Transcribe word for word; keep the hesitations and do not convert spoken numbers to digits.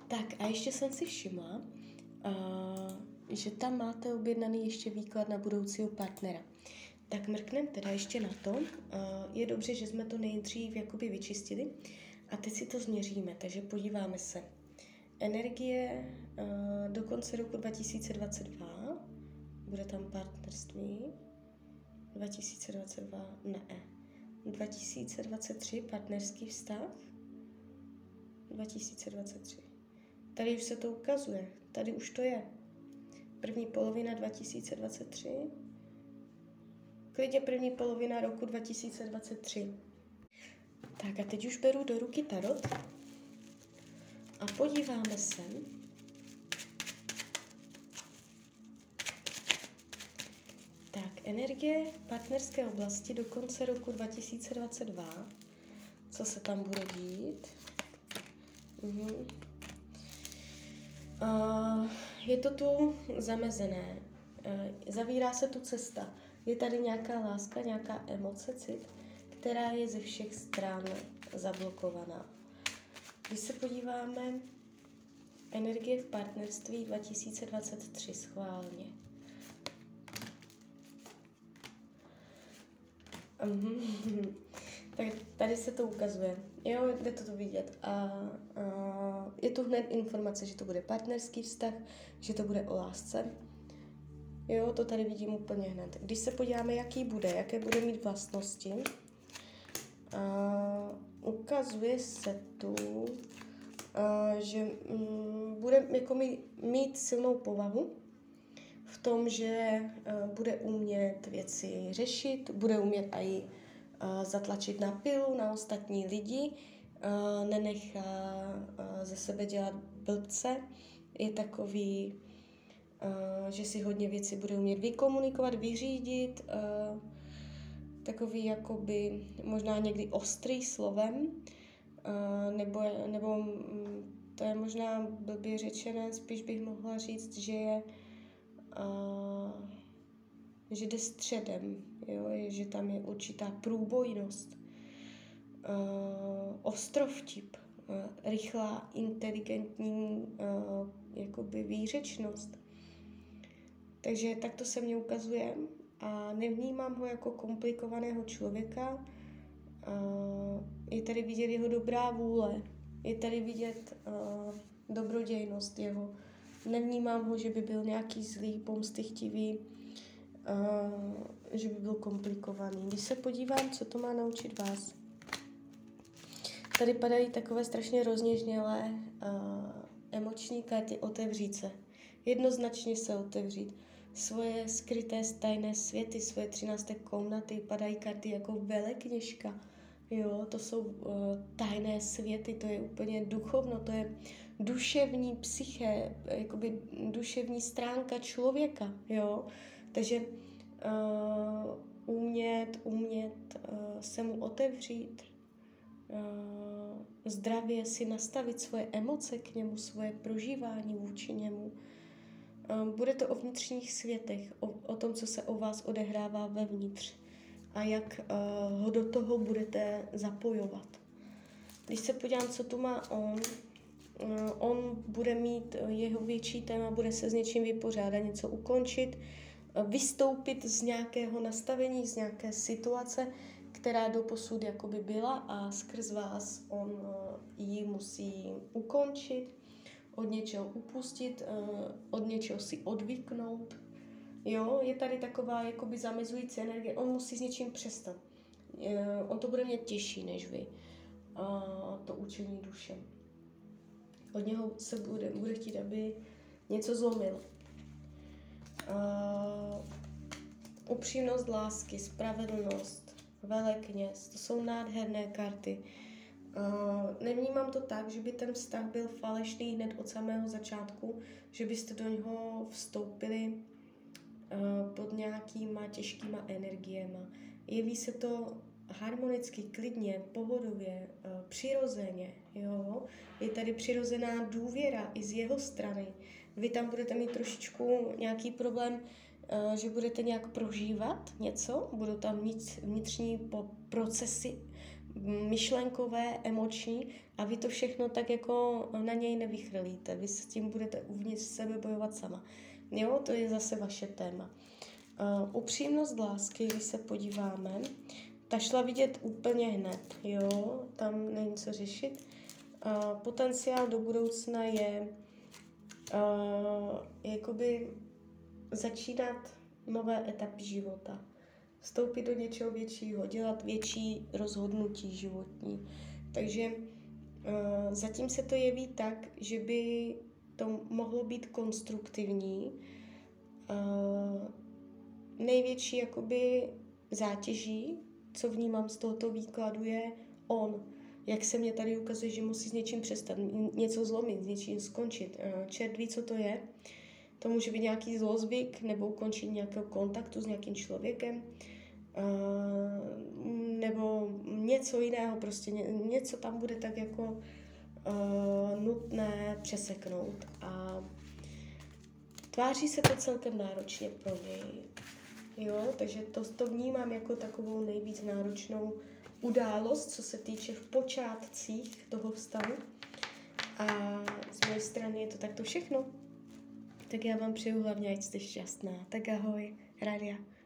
Tak a ještě jsem si všimla, uh, že tam máte objednaný ještě výklad na budoucího partnera. Tak mrknem teda ještě na to. Uh, je dobře, že jsme to nejdřív jakoby vyčistili a teď si to změříme, takže podíváme se. Energie uh, do konce roku dva tisíce dvacet dva, bude tam partnerství, dva tisíce dvacet dva, ne, dva tisíce dvacet tři partnerský vztah, dva tisíce dvacet tři. Tady už se to ukazuje, tady už to je. První polovina dva tisíce dvacet tři, klidně první polovina roku dva tisíce dvacet tři. Tak a teď už beru do ruky tarot a podíváme se, tak energie partnerské oblasti do konce roku dva tisíce dvacet dva, co se tam bude dít. Mhm. Uh, je to tu zamezené, uh, zavírá se tu cesta, je tady nějaká láska, nějaká emoce, cit, která je ze všech stran zablokovaná. Když se podíváme, energie v partnerství dva tisíce dvacet tři schválně. Mhm. Tak tady se to ukazuje. Jo, jde to tu vidět. A, a je tu hned informace, že to bude partnerský vztah, že to bude o lásce. Jo, to tady vidím úplně hned. Když se podíváme, jaký bude, jaké bude mít vlastnosti, a ukazuje se tu, a, že m, bude jako mít, mít silnou povahu v tom, že a, bude umět věci řešit, bude umět i zatlačit na pilu na ostatní lidi, nenechá ze sebe dělat blbce, je takový, že si hodně věcí bude umět vykomunikovat, vyřídit, takový jakoby možná někdy ostrý slovem, nebo, nebo to je možná blbě řečené, spíš bych mohla říct, že je že jde středem, jo? Že tam je určitá průbojnost, uh, ostrovtip, uh, rychlá, inteligentní uh, jakoby výřečnost. Takže takto se mně ukazuje a nevnímám ho jako komplikovaného člověka. Uh, je tady vidět jeho dobrá vůle, je tady vidět uh, dobrodějnost jeho. Nevnímám ho, že by byl nějaký zlý, pomstychtivý, Uh, že by byl komplikovaný. Když se podívám, co to má naučit vás. Tady padají takové strašně rozněžnělé uh, emoční karty otevřít se. Jednoznačně se otevřít. Svoje skryté tajné světy, svoje třinácté komnaty, padají karty jako velekněžka. Jo, to jsou uh, tajné světy, to je úplně duchovno, to je duševní psyché, jakoby duševní stránka člověka, jo. Takže uh, umět, umět uh, se mu otevřít, uh, zdravě si nastavit svoje emoce k němu, svoje prožívání vůči němu. Uh, bude to o vnitřních světech, o, o tom, co se o vás odehrává vevnitř a jak uh, ho do toho budete zapojovat. Když se podívám, co tu má on, uh, on bude mít jeho větší téma, bude se s něčím vypořádat, něco ukončit, vystoupit z nějakého nastavení, z nějaké situace, která doposud jakoby byla a skrz vás on ji musí ukončit, od něčeho upustit, od něčeho si odvyknout. Jo, je tady taková jakoby zamezující energie, on musí s něčím přestat. On to bude mít těžší než vy, to učení duše. Od něho se bude, bude chtít, aby něco zlomil. Uh, upřímnost lásky, spravedlnost, velekněz, to jsou nádherné karty. Uh, nevnímám to tak, že by ten vztah byl falešný hned od samého začátku, že byste do něho vstoupili uh, pod nějakýma těžkýma energiema. Jeví se to harmonicky, klidně, pohodově, uh, přirozeně. Jo? Je tady přirozená důvěra i z jeho strany. Vy tam budete mít trošičku nějaký problém, že budete nějak prožívat něco, budou tam vnitřní procesy, myšlenkové, emoční a vy to všechno tak jako na něj nevychrlíte. Vy s tím budete uvnitř sebe bojovat sama. Jo, to je zase vaše téma. Uh, upřímnost lásky, když se podíváme, ta šla vidět úplně hned, jo, tam není co řešit. Uh, potenciál do budoucna je uh, jakoby začínat nové etapy života. Vstoupit do něčeho většího, dělat větší rozhodnutí životní. Takže uh, zatím se to jeví tak, že by to mohlo být konstruktivní. Uh, největší jakoby zátěží, co vnímám z tohoto výkladu, je on. Jak se mě tady ukazuje, že musí s něčím přestat, něco zlomit, s něčím skončit. Uh, čert ví, co to je. To může být nějaký zlozvyk nebo ukončení nějakého kontaktu s nějakým člověkem, uh, nebo něco jiného, prostě ně, něco tam bude tak jako uh, nutné přeseknout. A tváří se to celkem náročně pro něj. Jo, takže to, to vnímám jako takovou nejvíc náročnou událost, co se týče v počátcích toho vztahu. A z mé strany je to takto všechno. Tak já vám přeju hlavně, ať jste šťastná. Tak ahoj, Rádia.